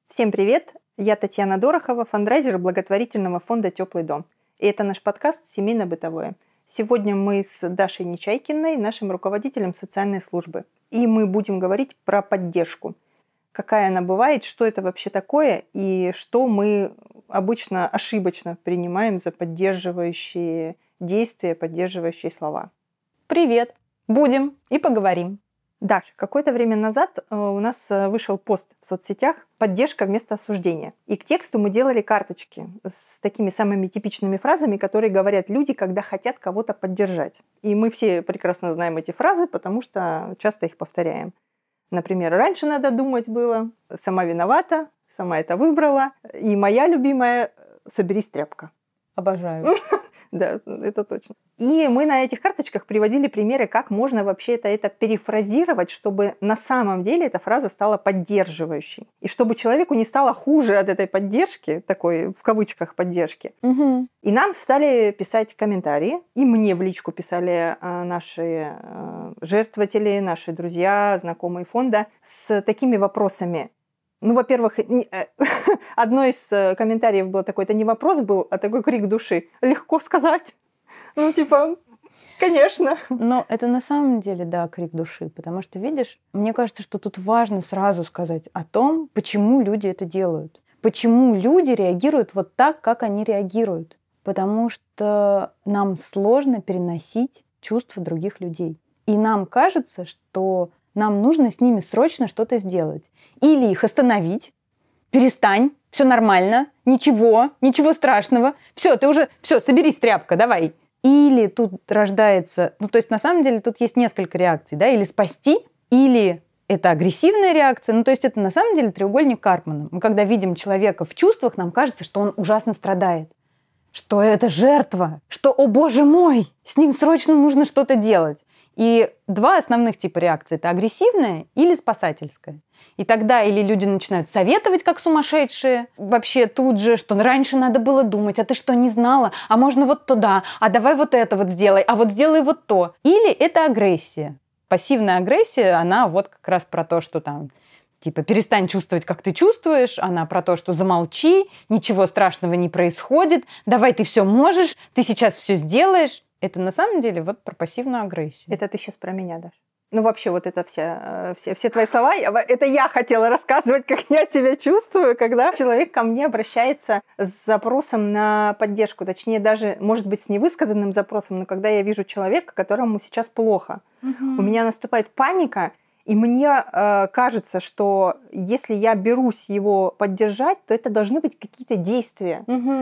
Всем привет! Я Татьяна Дорохова, фандрайзер благотворительного фонда «Теплый дом». И это наш подкаст «Семейно-бытовое». Сегодня мы с Дашей Нечайкиной, нашим руководителем социальной службы. И мы будем говорить про поддержку. Какая она бывает, что это вообще такое и что мы обычно ошибочно принимаем за поддерживающие действия, поддерживающие слова. Привет! Будем и поговорим. Даш, какое-то время назад у нас вышел пост в соцсетях «Поддержка вместо осуждения». И к тексту мы делали карточки с такими самыми типичными фразами, которые говорят люди, когда хотят кого-то поддержать. И мы все прекрасно знаем эти фразы, потому что часто их повторяем. Например, «раньше надо думать было», «сама виновата», «сама это выбрала» и моя любимая «соберись, тряпка». Обожаю. Да, это точно. И мы на этих карточках приводили примеры, как можно вообще это перефразировать, чтобы на самом деле эта фраза стала поддерживающей. И чтобы человеку не стало хуже от этой поддержки, такой в кавычках поддержки. Угу. И нам стали писать комментарии, и мне в личку писали наши жертвователи, наши друзья, знакомые фонда с такими вопросами. Ну, во-первых, одно из комментариев было такое, это не вопрос был, а такой крик души. Легко сказать. Ну, типа, конечно. Но это на самом деле, да, крик души, потому что, видишь, мне кажется, что тут важно сразу сказать о том, почему люди это делают. Почему люди реагируют вот так, как они реагируют. Потому что нам сложно переносить чувства других людей. И нам кажется, что нам нужно с ними срочно что-то сделать. Или их остановить. Перестань, все нормально, ничего страшного. Все, соберись, тряпка, давай. Или тут рождается... Ну, то есть, на самом деле, тут есть несколько реакций, да? Или спасти, или это агрессивная реакция. Ну, то есть, это на самом деле треугольник Карпмана. Мы когда видим человека в чувствах, нам кажется, что он ужасно страдает. Что это жертва. Что, о боже мой, с ним срочно нужно что-то делать. И два основных типа реакции – это агрессивная или спасательская. И тогда или люди начинают советовать, как сумасшедшие, вообще тут же, что раньше надо было думать, а ты что, не знала? А можно вот туда, а давай вот это вот сделай, а вот сделай вот то. Или это агрессия. Пассивная агрессия, она вот как раз про то, что там, типа, перестань чувствовать, как ты чувствуешь, она про то, что замолчи, ничего страшного не происходит, давай ты все можешь, ты сейчас все сделаешь. Это на самом деле вот про пассивную агрессию. Это ты сейчас про меня, Даш. Ну, вообще, вот это все твои слова, это я хотела рассказывать, как я себя чувствую, когда человек ко мне обращается с запросом на поддержку. Точнее, даже, может быть, с невысказанным запросом, но когда я вижу человека, которому сейчас плохо. У меня наступает паника, и мне кажется, что если я берусь его поддержать, то это должны быть какие-то действия.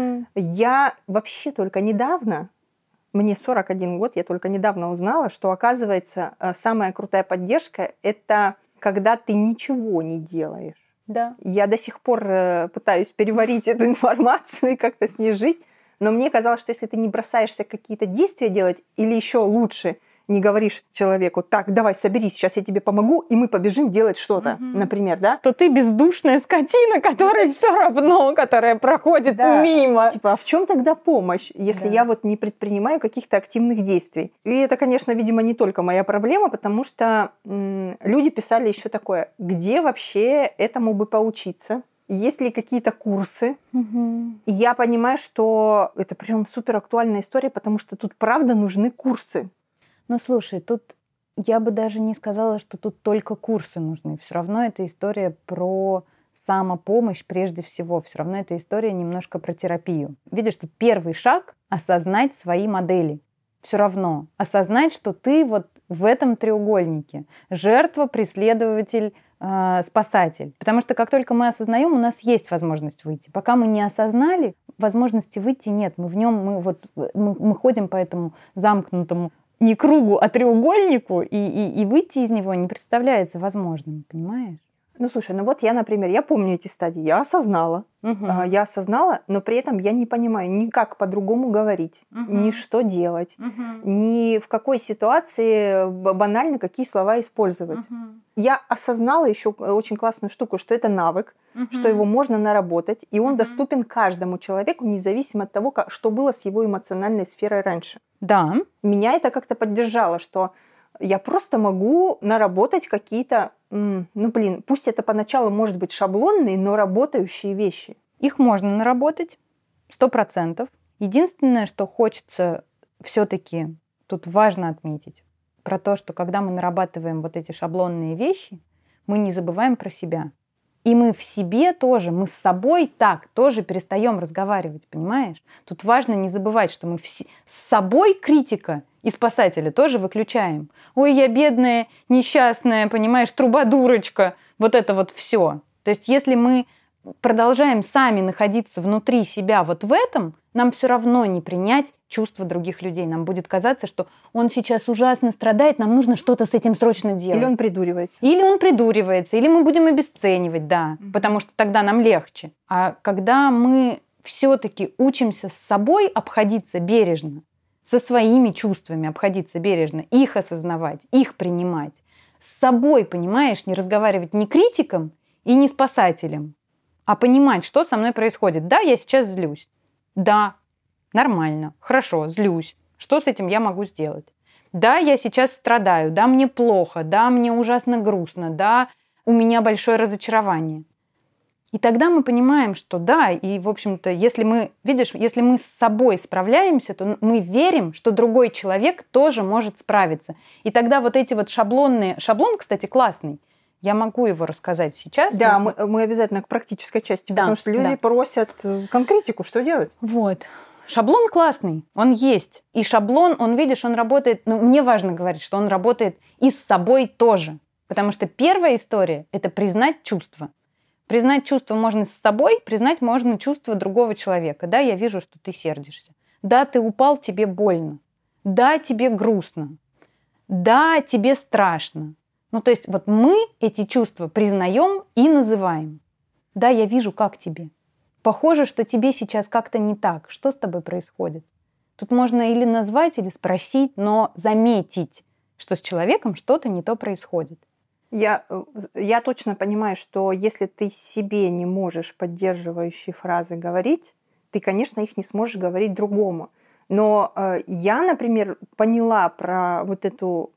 Я вообще только недавно... Мне 41 год, я только недавно узнала, что, оказывается, самая крутая поддержка – это когда ты ничего не делаешь. Да. Я до сих пор пытаюсь переварить эту информацию и как-то с ней жить, но мне казалось, что если ты не бросаешься какие-то действия делать, или еще лучше, не говоришь человеку, так, давай, соберись, сейчас я тебе помогу, и мы побежим делать что-то, например, да? То ты бездушная скотина, которая все равно, которая проходит мимо. Типа, а в чем тогда помощь, если я вот не предпринимаю каких-то активных действий? И это, конечно, видимо, не только моя проблема, потому что люди писали еще такое, где вообще этому бы поучиться? Есть ли какие-то курсы? И я понимаю, что это прям супер актуальная история, потому что тут правда нужны курсы. Ну, слушай, тут я бы даже не сказала, что тут только курсы нужны. Все равно это история про самопомощь прежде всего. Все равно это история немножко про терапию. Видишь, что первый шаг – осознать свои модели. Все равно осознать, что ты вот в этом треугольнике. Жертва, преследователь, спасатель. Потому что как только мы осознаем, у нас есть возможность выйти. Пока мы не осознали, возможности выйти нет. Мы в нем, мы ходим по этому замкнутому не кругу, а треугольнику, и выйти из него не представляется возможным, понимаешь? Ну, слушай, ну вот я, например, я помню эти стадии, я осознала, но при этом я не понимаю ни как по-другому говорить, ни что делать, ни в какой ситуации банально какие слова использовать. Я осознала еще очень классную штуку, что это навык, что его можно наработать, и он доступен каждому человеку, независимо от того, что было с его эмоциональной сферой раньше. Да. Меня это как-то поддержало, что я просто могу наработать какие-то пусть это поначалу может быть шаблонные, но работающие вещи. Их можно наработать 100%. Единственное, что хочется все-таки тут важно отметить, про то, что когда мы нарабатываем вот эти шаблонные вещи, мы не забываем про себя. И мы в себе тоже, мы с собой так тоже перестаем разговаривать, понимаешь? Тут важно не забывать, что мы с собой критика и спасателя тоже выключаем. Ой, я бедная, несчастная, понимаешь, трубодурочка. Вот это вот все. То есть если мы продолжаем сами находиться внутри себя вот в этом, нам все равно не принять чувства других людей. Нам будет казаться, что он сейчас ужасно страдает, нам нужно что-то с этим срочно делать. Или он придуривается. Или мы будем обесценивать, да, потому что тогда нам легче. А когда мы все-таки учимся с собой обходиться бережно, со своими чувствами обходиться бережно, их осознавать, их принимать, с собой, понимаешь, не разговаривать ни критиком и не спасателем, а понимать, что со мной происходит. Да, я сейчас злюсь. Да, нормально, хорошо, злюсь. Что с этим я могу сделать? Да, я сейчас страдаю, да, мне плохо, да, мне ужасно грустно, да, у меня большое разочарование. И тогда мы понимаем, что да, и, в общем-то, если мы с собой справляемся, то мы верим, что другой человек тоже может справиться. И тогда вот эти вот шаблон, кстати, классный. Я могу его рассказать сейчас. Да, мы обязательно к практической части, да, потому что люди просят конкретику, что делать. Вот. Шаблон классный, он есть. И шаблон, он, видишь, он работает, мне важно говорить, что он работает и с собой тоже. Потому что первая история – это признать чувства. Признать чувства можно с собой, признать можно чувства другого человека. Да, я вижу, что ты сердишься. Да, ты упал, тебе больно. Да, тебе грустно. Да, тебе страшно. То есть вот мы эти чувства признаем и называем. Да, я вижу, как тебе. Похоже, что тебе сейчас как-то не так. Что с тобой происходит? Тут можно или назвать, или спросить, но заметить, что с человеком что-то не то происходит. Я точно понимаю, что если ты себе не можешь поддерживающие фразы говорить, ты, конечно, их не сможешь говорить другому. Но я, например, поняла про вот это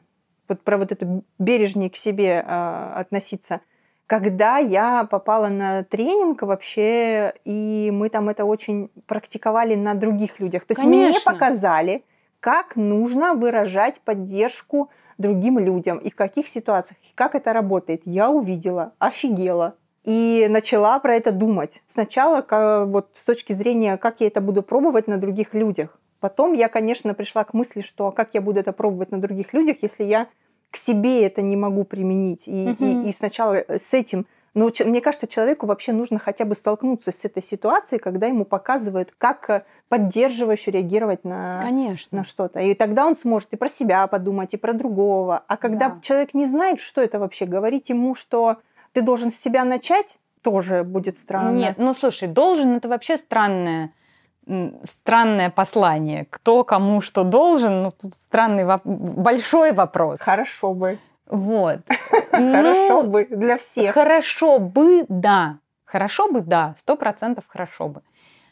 бережнее к себе относиться, когда я попала на тренинг вообще, и мы там это очень практиковали на других людях. То есть мне показали, как нужно выражать поддержку другим людям и в каких ситуациях, и как это работает. Я увидела, офигела. И начала про это думать. Сначала вот с точки зрения, как я это буду пробовать на других людях. Потом я, конечно, пришла к мысли, что как я буду это пробовать на других людях, если я к себе это не могу применить. И сначала с этим... Но мне кажется, человеку вообще нужно хотя бы столкнуться с этой ситуацией, когда ему показывают, как поддерживающе реагировать на что-то. И тогда он сможет и про себя подумать, и про другого. А когда человек не знает, что это вообще, говорить ему, что ты должен с себя начать, тоже будет странно. Нет, слушай, должен — это вообще странное послание. Кто кому что должен, тут странный большой вопрос. Хорошо бы. Вот. Хорошо бы для всех. Хорошо бы, да. 100% хорошо бы.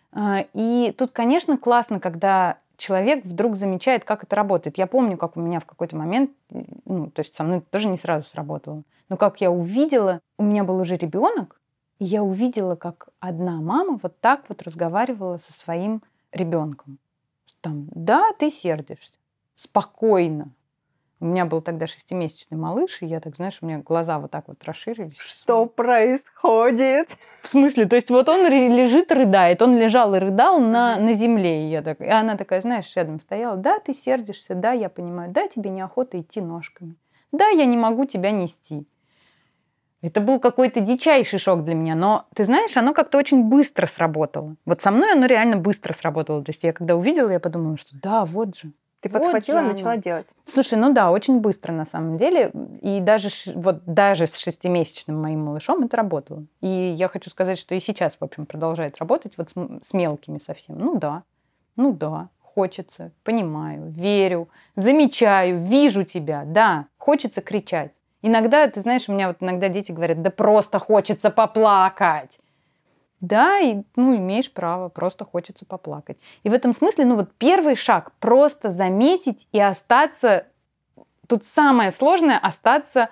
И тут, конечно, классно, когда человек вдруг замечает, как это работает. Я помню, как у меня в какой-то момент, то есть со мной это тоже не сразу сработало, но как я увидела, у меня был уже ребенок, и я увидела, как одна мама вот так вот разговаривала со своим ребенком. Да, ты сердишься. Спокойно. У меня был тогда 6-месячный малыш, и я так, знаешь, у меня глаза вот так вот расширились. Что происходит? В смысле? То есть вот он лежит, рыдает. Он лежал и рыдал на земле. И она такая, знаешь, рядом стояла. Да, ты сердишься, да, я понимаю. Да, тебе неохота идти ножками. Да, я не могу тебя нести. Это был какой-то дичайший шок для меня. Но, ты знаешь, оно как-то очень быстро сработало. Вот со мной оно реально быстро сработало. То есть я когда увидела, я подумала, что да, вот же. Ты подхватила и начала делать. Слушай, очень быстро на самом деле. И даже с 6-месячным моим малышом это работало. И я хочу сказать, что и сейчас, в общем, продолжает работать вот с мелкими совсем. Ну да, хочется, понимаю, верю, замечаю, вижу тебя, да, хочется кричать. Иногда, ты знаешь, у меня вот иногда дети говорят, да просто хочется поплакать. Да, и имеешь право, просто хочется поплакать. И в этом смысле, первый шаг – просто заметить и остаться. Тут самое сложное – остаться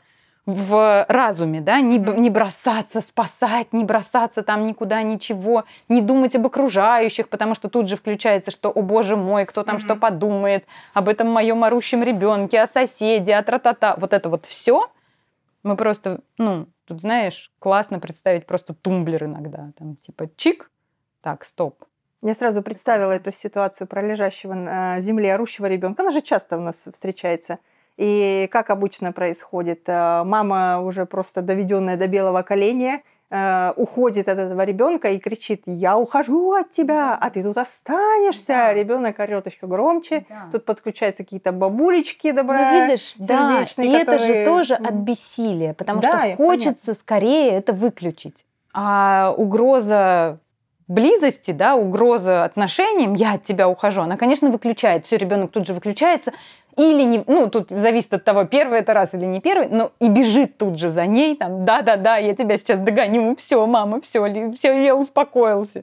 в разуме, да, не бросаться спасать, не бросаться там никуда, ничего, не думать об окружающих, потому что тут же включается, что, о боже мой, кто там что подумает, об этом моем орущем ребенке, о соседе, о тра-та-та. Вот это вот все мы просто, тут, знаешь, классно представить просто тумблер иногда, там, типа чик, так, стоп. Я сразу представила эту ситуацию про лежащего на земле орущего ребенка. Она же часто у нас встречается. И как обычно происходит, мама, уже просто доведенная до белого коленя, уходит от этого ребенка и кричит: я ухожу от тебя, а ты тут останешься. Да. Ребенок орет еще громче. Да. Тут подключаются какие-то бабулечки добросердечные. И это же тоже от бессилия, потому что хочется скорее это выключить. А угроза близости, да, угроза отношениям, я от тебя ухожу, она, конечно, выключает. Все, ребенок тут же выключается. Или не, тут зависит от того, первый это раз или не первый, но и бежит тут же за ней, там, да, я тебя сейчас догоню, все, мама, все, я успокоился.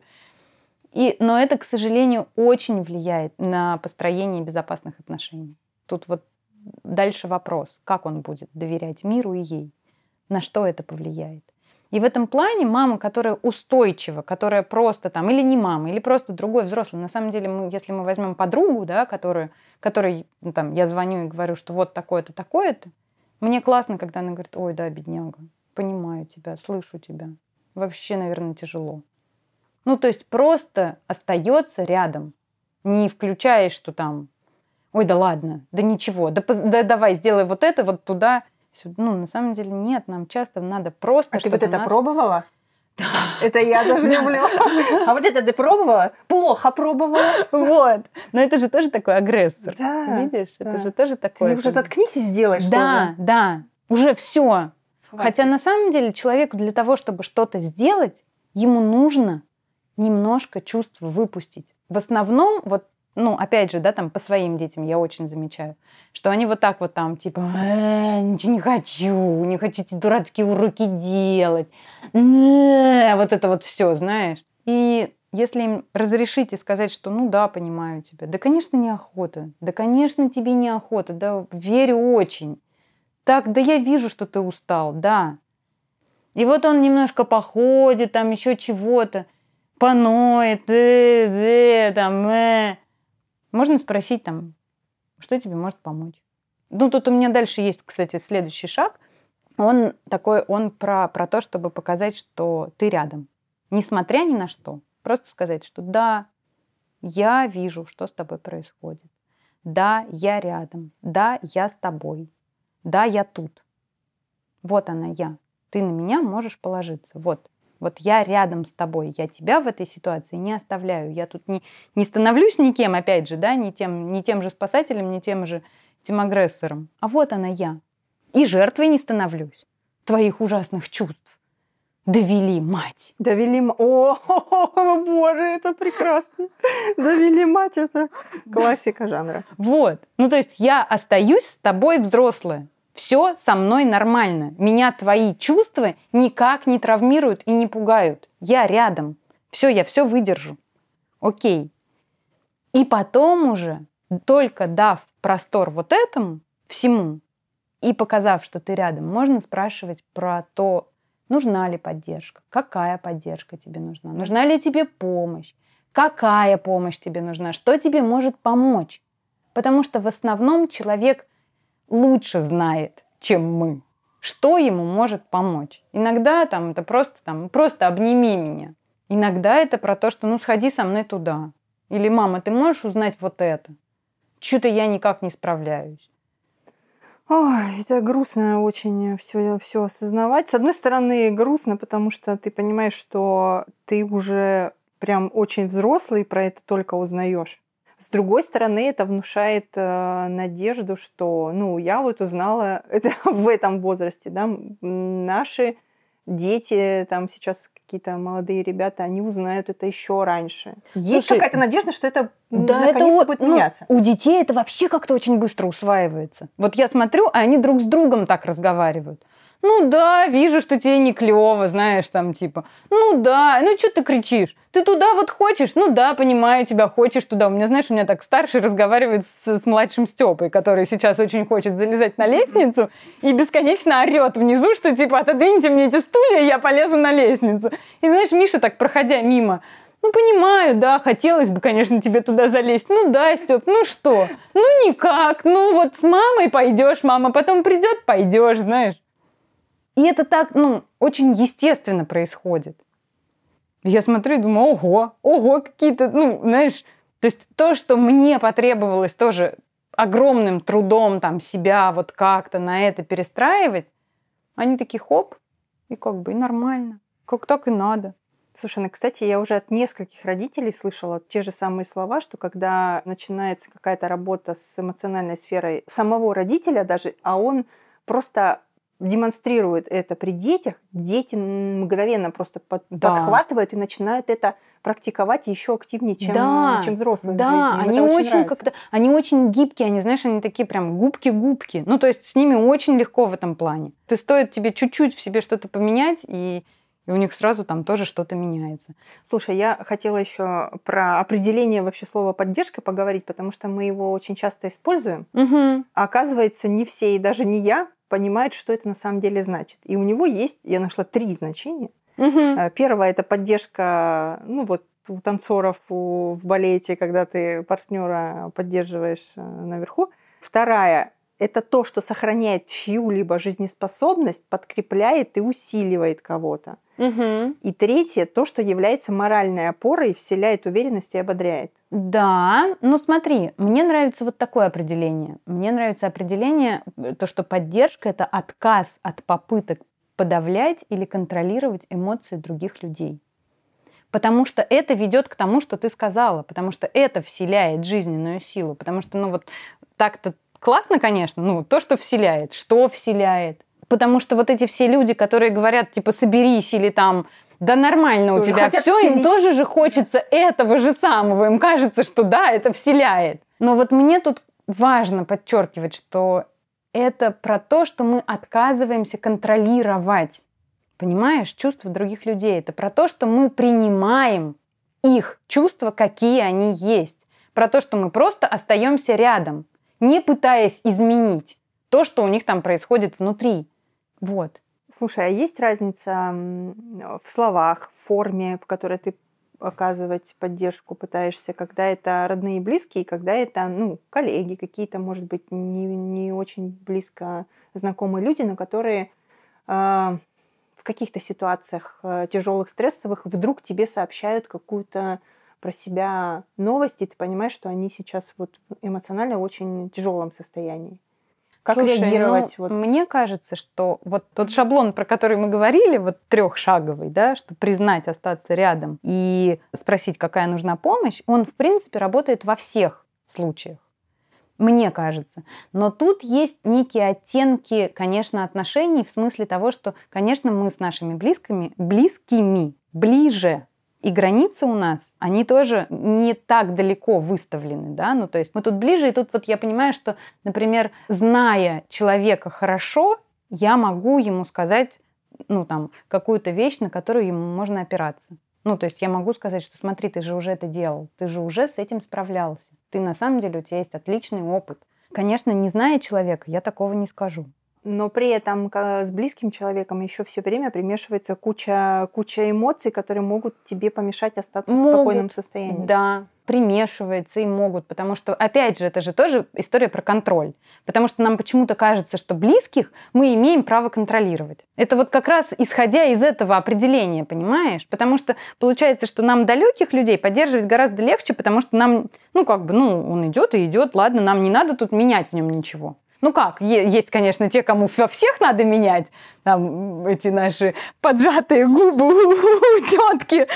Но это, к сожалению, очень влияет на построение безопасных отношений. Тут вот дальше вопрос, как он будет доверять миру и ей, на что это повлияет. И в этом плане мама, которая устойчива, которая просто там, или не мама, или просто другой взрослый. На самом деле, если мы возьмем подругу, да, которой там, я звоню и говорю, что вот такое-то, такое-то, мне классно, когда она говорит: ой, да, бедняга, понимаю тебя, слышу тебя. Вообще, наверное, тяжело. То есть просто остается рядом, не включаешь, что там: ой, да ладно, да ничего, да давай, сделай вот это, вот туда. На самом деле нет, нам часто надо просто... А ты вот это пробовала? Да. Это я даже люблю. А вот это ты пробовала? Плохо пробовала. Вот. Но это же тоже такой агрессор. Да. Видишь? Да. Это же тоже такое. Ты уже заткнись и сделай что-то. Да. Уже все. Хотя на самом деле человеку для того, чтобы что-то сделать, ему нужно немножко чувства выпустить. В основном, опять же, да, там по своим детям я очень замечаю, что они вот так вот там, типа: ничего не хочу эти дурацкие уроки делать. Вот это вот все, знаешь. И если им разрешить и сказать, что да, понимаю тебя, да, конечно, неохота, да, конечно, тебе неохота, да, верю очень. Так, да, я вижу, что ты устал, да. И вот он немножко походит, там еще чего-то, поноет, там, Можно спросить там, что тебе может помочь. Тут у меня дальше есть, кстати, следующий шаг. Он про то, чтобы показать, что ты рядом. Несмотря ни на что. Просто сказать, что да, я вижу, что с тобой происходит. Да, я рядом. Да, я с тобой. Да, я тут. Вот она я. Ты на меня можешь положиться. Вот я рядом с тобой, я тебя в этой ситуации не оставляю. Я тут не становлюсь никем, опять же, да, не тем же спасателем, не тем же тем агрессором. А вот она я. И жертвой не становлюсь твоих ужасных чувств. Довели мать. О, боже, это прекрасно. Довели мать, это классика жанра. Вот. То есть я остаюсь с тобой взрослая. Все со мной нормально. Меня твои чувства никак не травмируют и не пугают. Я рядом. Все, я все выдержу. Окей. И потом уже, только дав простор вот этому всему и показав, что ты рядом, можно спрашивать про то, нужна ли поддержка, какая поддержка тебе нужна, нужна ли тебе помощь, какая помощь тебе нужна, что тебе может помочь. Потому что в основном человек лучше знает, чем мы, что ему может помочь. Иногда это просто обними меня. Иногда это про то, что сходи со мной туда. Или: мама, ты можешь узнать вот это? Что-то я никак не справляюсь. Ой, это грустно очень все осознавать. С одной стороны, грустно, потому что ты понимаешь, что ты уже прям очень взрослый, про это только узнаешь. С другой стороны, это внушает надежду, что, я вот узнала это в этом возрасте, да, наши дети, там сейчас какие-то молодые ребята, они узнают это еще раньше. Есть какая-то надежда, что это наконец-то будет меняться. У детей это вообще как-то очень быстро усваивается. Вот я смотрю, а они друг с другом так разговаривают. Ну да, вижу, что тебе не клево, знаешь, там типа, ну да, ну что ты кричишь? Ты туда вот хочешь? Ну да, понимаю тебя, хочешь туда. У меня так старший разговаривает с младшим Степой, который сейчас очень хочет залезать на лестницу и бесконечно орет внизу, что типа, отодвиньте мне эти стулья, я полезу на лестницу. И знаешь, Миша так, проходя мимо, ну, понимаю, да, хотелось бы, конечно, тебе туда залезть. Ну да, Степ, ну что? Ну никак, ну вот с мамой пойдешь, мама потом придет, пойдешь, знаешь. И это так, очень естественно происходит. Я смотрю и думаю, ого, какие-то, знаешь, то есть то, что мне потребовалось тоже огромным трудом там себя вот как-то на это перестраивать, они такие хоп, и как бы и нормально, как так и надо. Слушай, ну, кстати, я уже от нескольких родителей слышала те же самые слова, что когда начинается какая-то работа с эмоциональной сферой самого родителя даже, а он просто демонстрирует это при детях, дети мгновенно просто подхватывают и начинают это практиковать еще активнее, чем взрослые в жизни. Да, они очень гибкие, они такие прям губки-губки. Ну, то есть с ними очень легко в этом плане. Стоит тебе чуть-чуть в себе что-то поменять, и у них сразу там тоже что-то меняется. Слушай, я хотела еще про определение вообще слова «поддержка» поговорить, потому что мы его очень часто используем. Угу. А оказывается, не все, и даже не я, понимают, что это на самом деле значит. И у него есть, я нашла 3 значения. Угу. Первое – это поддержка, у танцоров в балете, когда ты партнера поддерживаешь наверху. Вторая – это то, что сохраняет чью-либо жизнеспособность, подкрепляет и усиливает кого-то. Угу. И третье – то, что является моральной опорой, вселяет уверенность и ободряет. Да, но смотри, мне нравится вот такое определение. Мне нравится определение, то, что поддержка – это отказ от попыток подавлять или контролировать эмоции других людей. Потому что это ведет к тому, что ты сказала, потому что это вселяет жизненную силу, потому что, так-то классно, конечно, то, что вселяет, потому что вот эти все люди, которые говорят, типа, соберись или там, да нормально у тебя все, им тоже же хочется этого же самого, им кажется, что да, это вселяет. Но вот мне тут важно подчеркивать, что это про то, что мы отказываемся контролировать, понимаешь, чувства других людей. Это про то, что мы принимаем их чувства, какие они есть. Про то, что мы просто остаемся рядом, не пытаясь изменить то, что у них там происходит внутри. Вот. Слушай, а есть разница в словах, в форме, в которой ты оказывать поддержку пытаешься, когда это родные и близкие, когда это, коллеги, какие-то, может быть, не очень близко знакомые люди, но которые в каких-то ситуациях тяжелых, стрессовых вдруг тебе сообщают какую-то про себя новость, и ты понимаешь, что они сейчас эмоционально в очень тяжелом состоянии. Как реагировать? Мне кажется, что вот тот шаблон, про который мы говорили, 3-шаговый, да, что признать, остаться рядом и спросить, какая нужна помощь, он, в принципе, работает во всех случаях. Мне кажется. Но тут есть некие оттенки, конечно, отношений в смысле того, что, конечно, мы с нашими близкими ближе. И границы у нас, они тоже не так далеко выставлены, да, то есть мы тут ближе, и тут я понимаю, что, например, зная человека хорошо, я могу ему сказать, какую-то вещь, на которую ему можно опираться. То есть я могу сказать, что смотри, ты же уже это делал, ты же уже с этим справлялся, ты на самом деле, у тебя есть отличный опыт. Конечно, не зная человека, я такого не скажу. Но при этом с близким человеком еще все время примешивается куча эмоций, которые могут тебе помешать остаться в спокойном состоянии. Да, примешивается и могут, потому что, опять же, это же тоже история про контроль. Потому что нам почему-то кажется, что близких мы имеем право контролировать. Это как раз исходя из этого определения, понимаешь? Потому что получается, что нам далеких людей поддерживать гораздо легче, потому что нам, он идет и идет, ладно, нам не надо тут менять в нем ничего. Есть, конечно, те, кому во всех надо менять. Там эти наши поджатые губы у тетки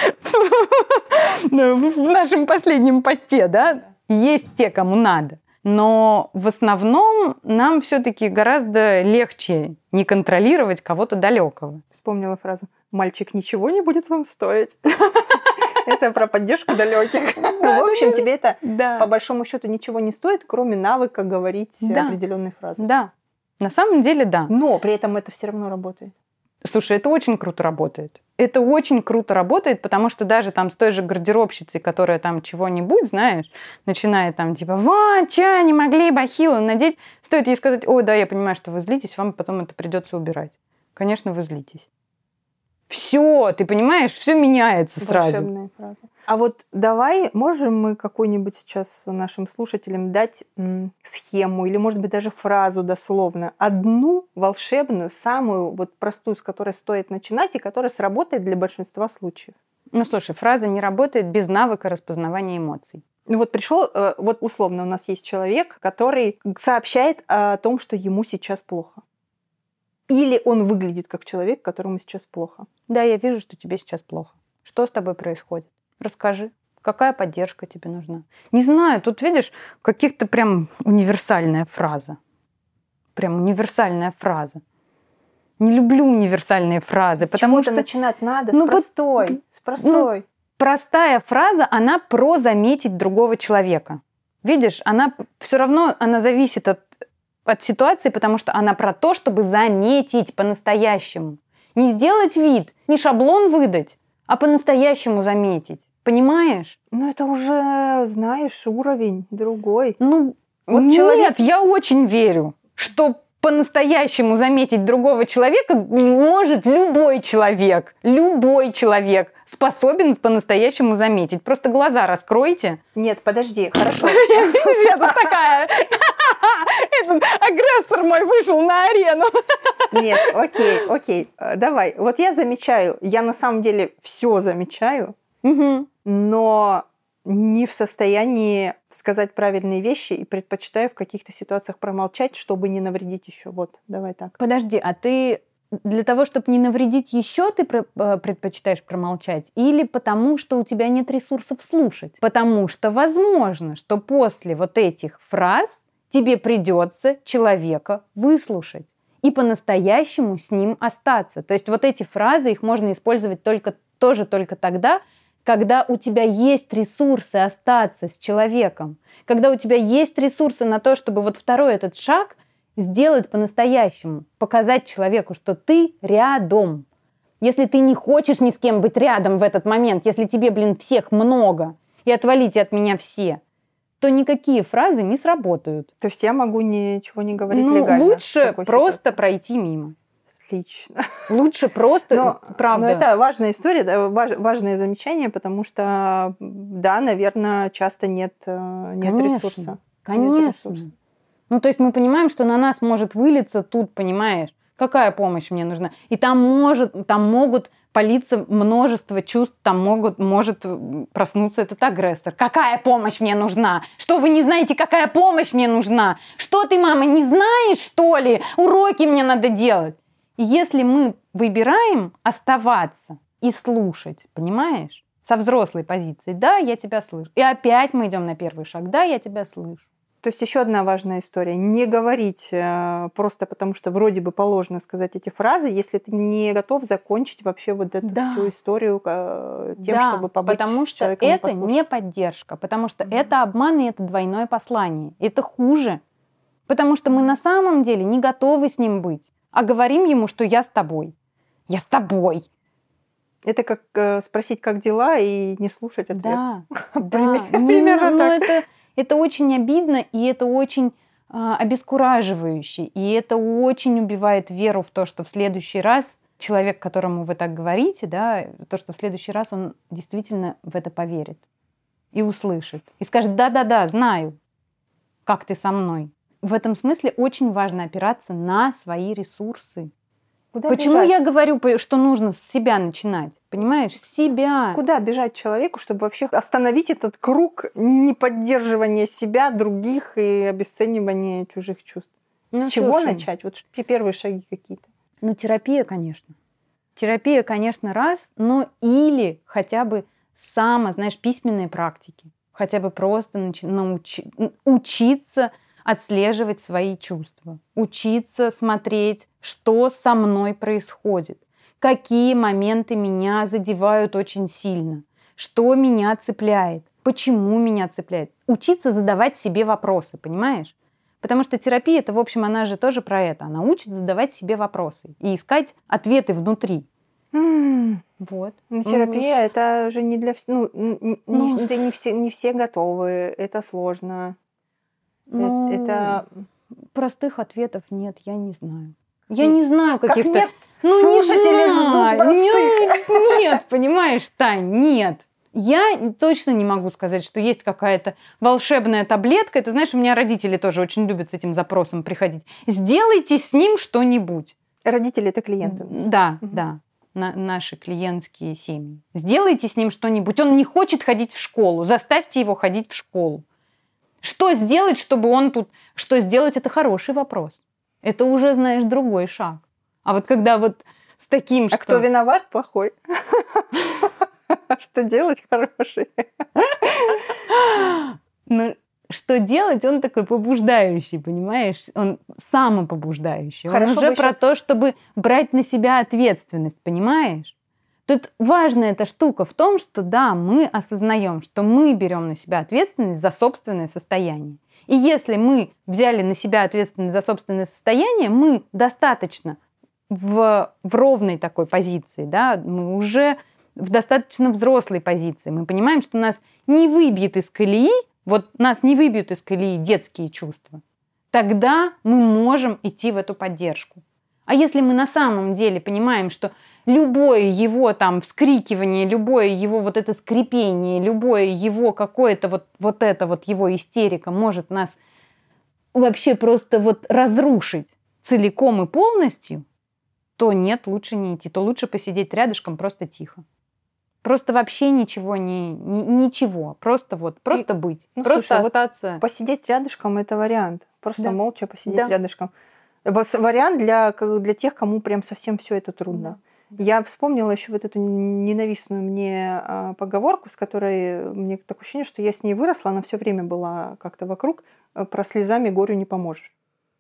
в нашем последнем посте, да? Есть те, кому надо. Но в основном нам все-таки гораздо легче не контролировать кого-то далекого. Вспомнила фразу «Мальчик ничего не будет вам стоить». Это про поддержку далеких. В общем, тебе это по большому счету ничего не стоит, кроме навыка говорить определенные фразы. Да. На самом деле, да. Но при этом это все равно работает. Слушай, это очень круто работает. Это очень круто работает, потому что даже там с той же гардеробщицей, которая там чего-нибудь, знаешь, начинает там типа, ча, не могли бахилы надеть, стоит ей сказать, ой, да, я понимаю, что вы злитесь, вам потом это придется убирать. Конечно, вы злитесь. Все, ты понимаешь, все меняется сразу. Волшебная фраза. А вот давай, можем мы какой-нибудь сейчас нашим слушателям дать схему или, может быть, даже фразу дословно, одну волшебную, самую вот простую, с которой стоит начинать и которая сработает для большинства случаев? Ну, слушай, фраза не работает без навыка распознавания эмоций. Ну вот пришел, вот условно у нас есть человек, который сообщает о том, что ему сейчас плохо. Или он выглядит как человек, которому сейчас плохо. Да, я вижу, что тебе сейчас плохо. Что с тобой происходит? Расскажи, какая поддержка тебе нужна? Не знаю, тут, видишь, каких-то прям универсальная фраза. Прям универсальная фраза. Не люблю универсальные фразы, потому что... начинать надо с простой. Простая фраза, она про заметить другого человека. Видишь, она все равно, она зависит от ситуации, потому что она про то, чтобы заметить по-настоящему. Не сделать вид, не шаблон выдать, а по-настоящему заметить. Понимаешь? Ну, это уже, знаешь, уровень другой. Ну, вот нет, я очень верю, что по-настоящему заметить другого человека может любой человек. Любой человек способен по-настоящему заметить. Просто глаза раскройте. Нет, подожди, хорошо. Я тут такая... Этот агрессор мой вышел на арену. Нет, окей. Давай. Вот я замечаю, я на самом деле все замечаю, но не в состоянии сказать правильные вещи и предпочитаю в каких-то ситуациях промолчать, чтобы не навредить еще. Вот, давай так. Подожди, а ты для того, чтобы не навредить еще, ты предпочитаешь промолчать? Или потому, что у тебя нет ресурсов слушать? Потому что возможно, что после вот этих фраз тебе придется человека выслушать и по-настоящему с ним остаться. То есть вот эти фразы, их можно использовать только тогда, когда у тебя есть ресурсы остаться с человеком, когда у тебя есть ресурсы на то, чтобы вот второй этот шаг сделать по-настоящему, показать человеку, что ты рядом. Если ты не хочешь ни с кем быть рядом в этот момент, если тебе, всех много, и отвалите от меня все, то никакие фразы не сработают. То есть я могу ничего не говорить легально? Лучше просто пройти мимо. Отлично. Лучше просто, правда. Но это важная история, важное замечание, потому что, да, наверное, часто нет ресурса. Конечно. Нет ресурса. Ну, то есть мы понимаем, что на нас может вылиться тут, понимаешь, какая помощь мне нужна. И там могут палиться множество чувств, может проснуться этот агрессор. Какая помощь мне нужна? Что вы не знаете, какая помощь мне нужна? Что ты, мама, не знаешь, что ли? Уроки мне надо делать. И если мы выбираем оставаться и слушать, понимаешь, со взрослой позиции, да, я тебя слышу. И опять мы идем на первый шаг, да, я тебя слышу. То есть еще одна важная история. Не говорить просто потому, что вроде бы положено сказать эти фразы, если ты не готов закончить вообще вот эту всю историю тем, чтобы побыть потому что человеком это послушным. не поддержка, потому что это обман и это двойное послание. Это хуже. Потому что мы на самом деле не готовы с ним быть, а говорим ему, что я с тобой. Я с тобой. Это как спросить, как дела, и не слушать ответ. Да. Примерно так. Это очень обидно, и это очень обескураживающе, и это очень убивает веру в то, что в следующий раз человек, которому вы так говорите, да, то, что в следующий раз он действительно в это поверит и услышит. И скажет, да-да-да, знаю, как ты со мной. В этом смысле очень важно опираться на свои ресурсы. Почему бежать? Я говорю, что нужно с себя начинать? Понимаешь, с себя. Куда бежать человеку, чтобы вообще остановить этот круг неподдерживания себя, других и обесценивания чужих чувств? С чего начать? Вот первые шаги какие-то. Терапия, конечно. Терапия, конечно, раз, но или хотя бы письменные практики. Хотя бы просто учиться отслеживать свои чувства, учиться смотреть, что со мной происходит, какие моменты меня задевают очень сильно, что меня цепляет, почему меня цепляет. Учиться задавать себе вопросы, понимаешь? Потому что терапия, это, в общем, она же тоже про это. Она учит задавать себе вопросы и искать ответы внутри. Вот. Ну, терапия это же не для всех. Не все готовы, это сложно. Это простых ответов нет, я не знаю. Я не знаю каких-то... Как нет? Слушатели ждут простых. Нет, понимаешь, Тань, нет. Я точно не могу сказать, что есть какая-то волшебная таблетка. Это, знаешь, у меня родители тоже очень любят с этим запросом приходить. Сделайте с ним что-нибудь. Родители – это клиенты. Да, да. Наши клиентские семьи. Сделайте с ним что-нибудь. Он не хочет ходить в школу. Заставьте его ходить в школу. Что сделать, чтобы он тут... Что сделать – это хороший вопрос. Это уже, знаешь, другой шаг. А вот когда вот с таким, что... А кто виноват? Плохой. Что делать? Хороший. Ну, что делать? Он такой побуждающий, понимаешь? Он самопобуждающий. Он уже про то, чтобы брать на себя ответственность, понимаешь? Тут важная эта штука в том, что да, мы осознаем, что мы берем на себя ответственность за собственное состояние. И если мы взяли на себя ответственность за собственное состояние, мы достаточно в ровной такой позиции, да, мы уже в достаточно взрослой позиции. Мы понимаем, что нас не выбьет из колеи, вот нас не выбьют из колеи детские чувства. Тогда мы можем идти в эту поддержку. А если мы на самом деле понимаем, что любое его там вскрикивание, любое его вот это скрипение, любое его какое-то вот это вот его истерика может нас вообще просто вот разрушить целиком и полностью, то нет, лучше не идти, то лучше посидеть рядышком просто тихо. Просто вообще ничего, ничего. Просто быть. Просто слушай, остаться. Вот посидеть рядышком – это вариант. Просто молча посидеть рядышком. Вариант для тех, кому прям совсем все это трудно. Да. Я вспомнила еще вот эту ненавистную мне поговорку, с которой мне такое ощущение, что я с ней выросла, она все время была как-то вокруг. Про слезами горю не поможешь.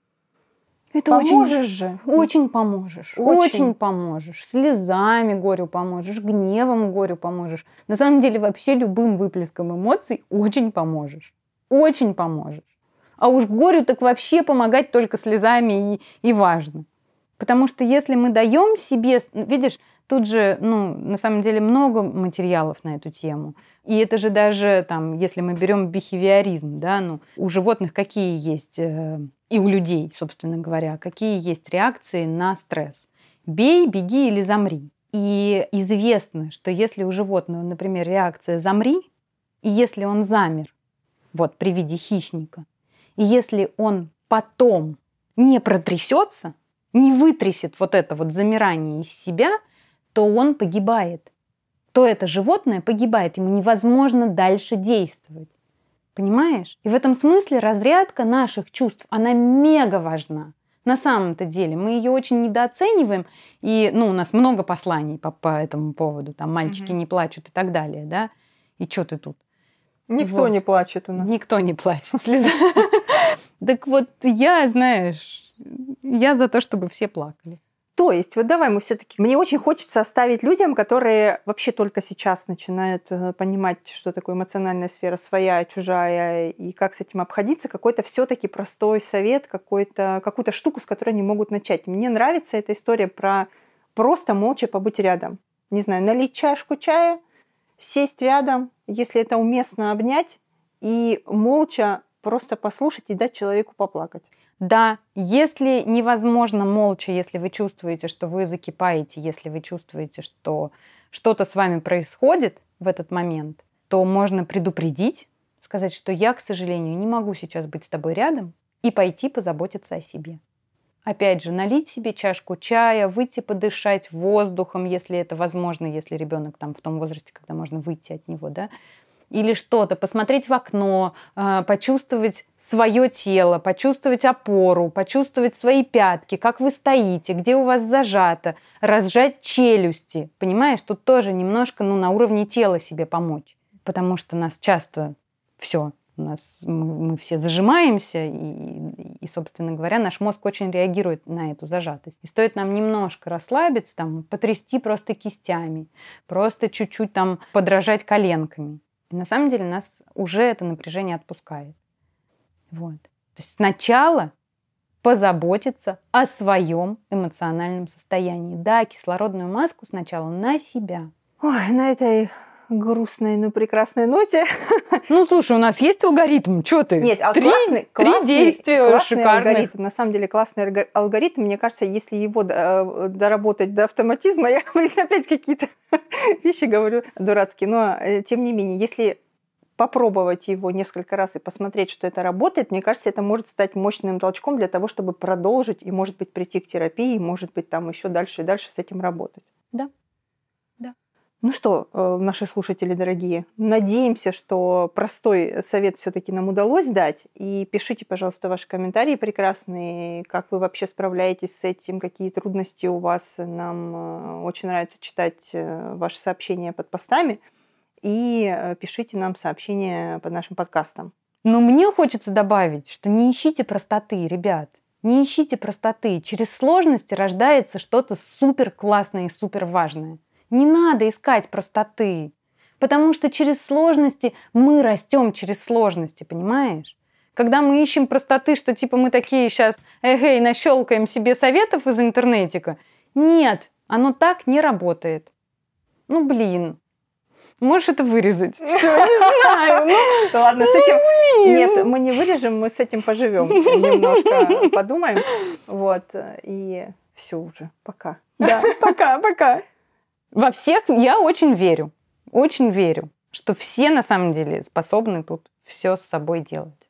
Это очень поможешь. Очень поможешь. Слезами горю поможешь, гневом горю поможешь. На самом деле вообще любым выплеском эмоций очень поможешь. Очень поможешь. А уж горю так вообще помогать только слезами и важно. Потому что если мы даем себе... Видишь, тут же, на самом деле много материалов на эту тему. И это же даже, там, если мы берем бихевиоризм, да, у животных какие есть... И у людей, собственно говоря, какие есть реакции на стресс. Бей, беги или замри. И известно, что если у животного, например, реакция «замри», и если он замер вот при виде хищника, и если он потом не протрясется, не вытрясет вот это вот замирание из себя, то он погибает. То это животное погибает, ему невозможно дальше действовать. Понимаешь? И в этом смысле разрядка наших чувств, она мега важна. На самом-то деле мы ее очень недооцениваем. И у нас много посланий по этому поводу. Там мальчики не плачут и так далее. Да? И что ты тут? Никто не плачет у нас. Никто не плачет. Слеза. Так вот, я за то, чтобы все плакали. То есть, вот давай мы все-таки... Мне очень хочется оставить людям, которые вообще только сейчас начинают понимать, что такое эмоциональная сфера своя, чужая, и как с этим обходиться, какой-то все-таки простой совет, какую-то штуку, с которой они могут начать. Мне нравится эта история про просто молча побыть рядом. Не знаю, налить чашку чая, сесть рядом, если это уместно, обнять, и молча просто послушать и дать человеку поплакать. Да, если невозможно молча, если вы чувствуете, что вы закипаете, если вы чувствуете, что что-то с вами происходит в этот момент, то можно предупредить, сказать, что я, к сожалению, не могу сейчас быть с тобой рядом, и пойти позаботиться о себе. Опять же, налить себе чашку чая, выйти подышать воздухом, если это возможно, если ребенок там в том возрасте, когда можно выйти от него, да, или что-то, посмотреть в окно, почувствовать свое тело, почувствовать опору, почувствовать свои пятки, как вы стоите, где у вас зажато, разжать челюсти. Понимаешь, тут тоже немножко на уровне тела себе помочь. Потому что нас часто мы все зажимаемся, и, собственно говоря, наш мозг очень реагирует на эту зажатость. И стоит нам немножко расслабиться, там, потрясти просто кистями, просто чуть-чуть там подражать коленками. И на самом деле нас уже это напряжение отпускает. Вот. То То есть сначала позаботиться о своем эмоциональном состоянии. Да, кислородную маску сначала на себя. Ой, на этой грустной, но прекрасной ноте. Ну, слушай, у нас есть алгоритм. Что ты? Нет, Три действия классный шикарных. алгоритм. На самом деле классный алгоритм. Мне кажется, если его доработать до автоматизма, я опять какие-то вещи говорю дурацкие, но тем не менее, если попробовать его несколько раз и посмотреть, что это работает, мне кажется, это может стать мощным толчком для того, чтобы продолжить и, может быть, прийти к терапии, и, может быть, там еще дальше и дальше с этим работать. Да. Ну что, наши слушатели дорогие, надеемся, что простой совет все-таки нам удалось дать. И пишите, пожалуйста, ваши комментарии прекрасные, как вы вообще справляетесь с этим, какие трудности у вас. Нам очень нравится читать ваши сообщения под постами. И пишите нам сообщения под нашим подкастом. Но мне хочется добавить, что не ищите простоты, ребят. Не ищите простоты. Через сложности рождается что-то супер классное и супер важное. Не надо искать простоты, потому что через сложности мы растем через сложности, понимаешь? Когда мы ищем простоты, что типа мы такие сейчас, нащелкаем себе советов из интернетика. Нет, оно так не работает. Ну, блин. Можешь это вырезать? Все, не знаю. Ладно, с этим... Нет, мы не вырежем, мы с этим поживем. Немножко подумаем. Вот. И все уже. Пока. Да, пока. Во всех я очень верю, что все на самом деле способны тут все с собой делать.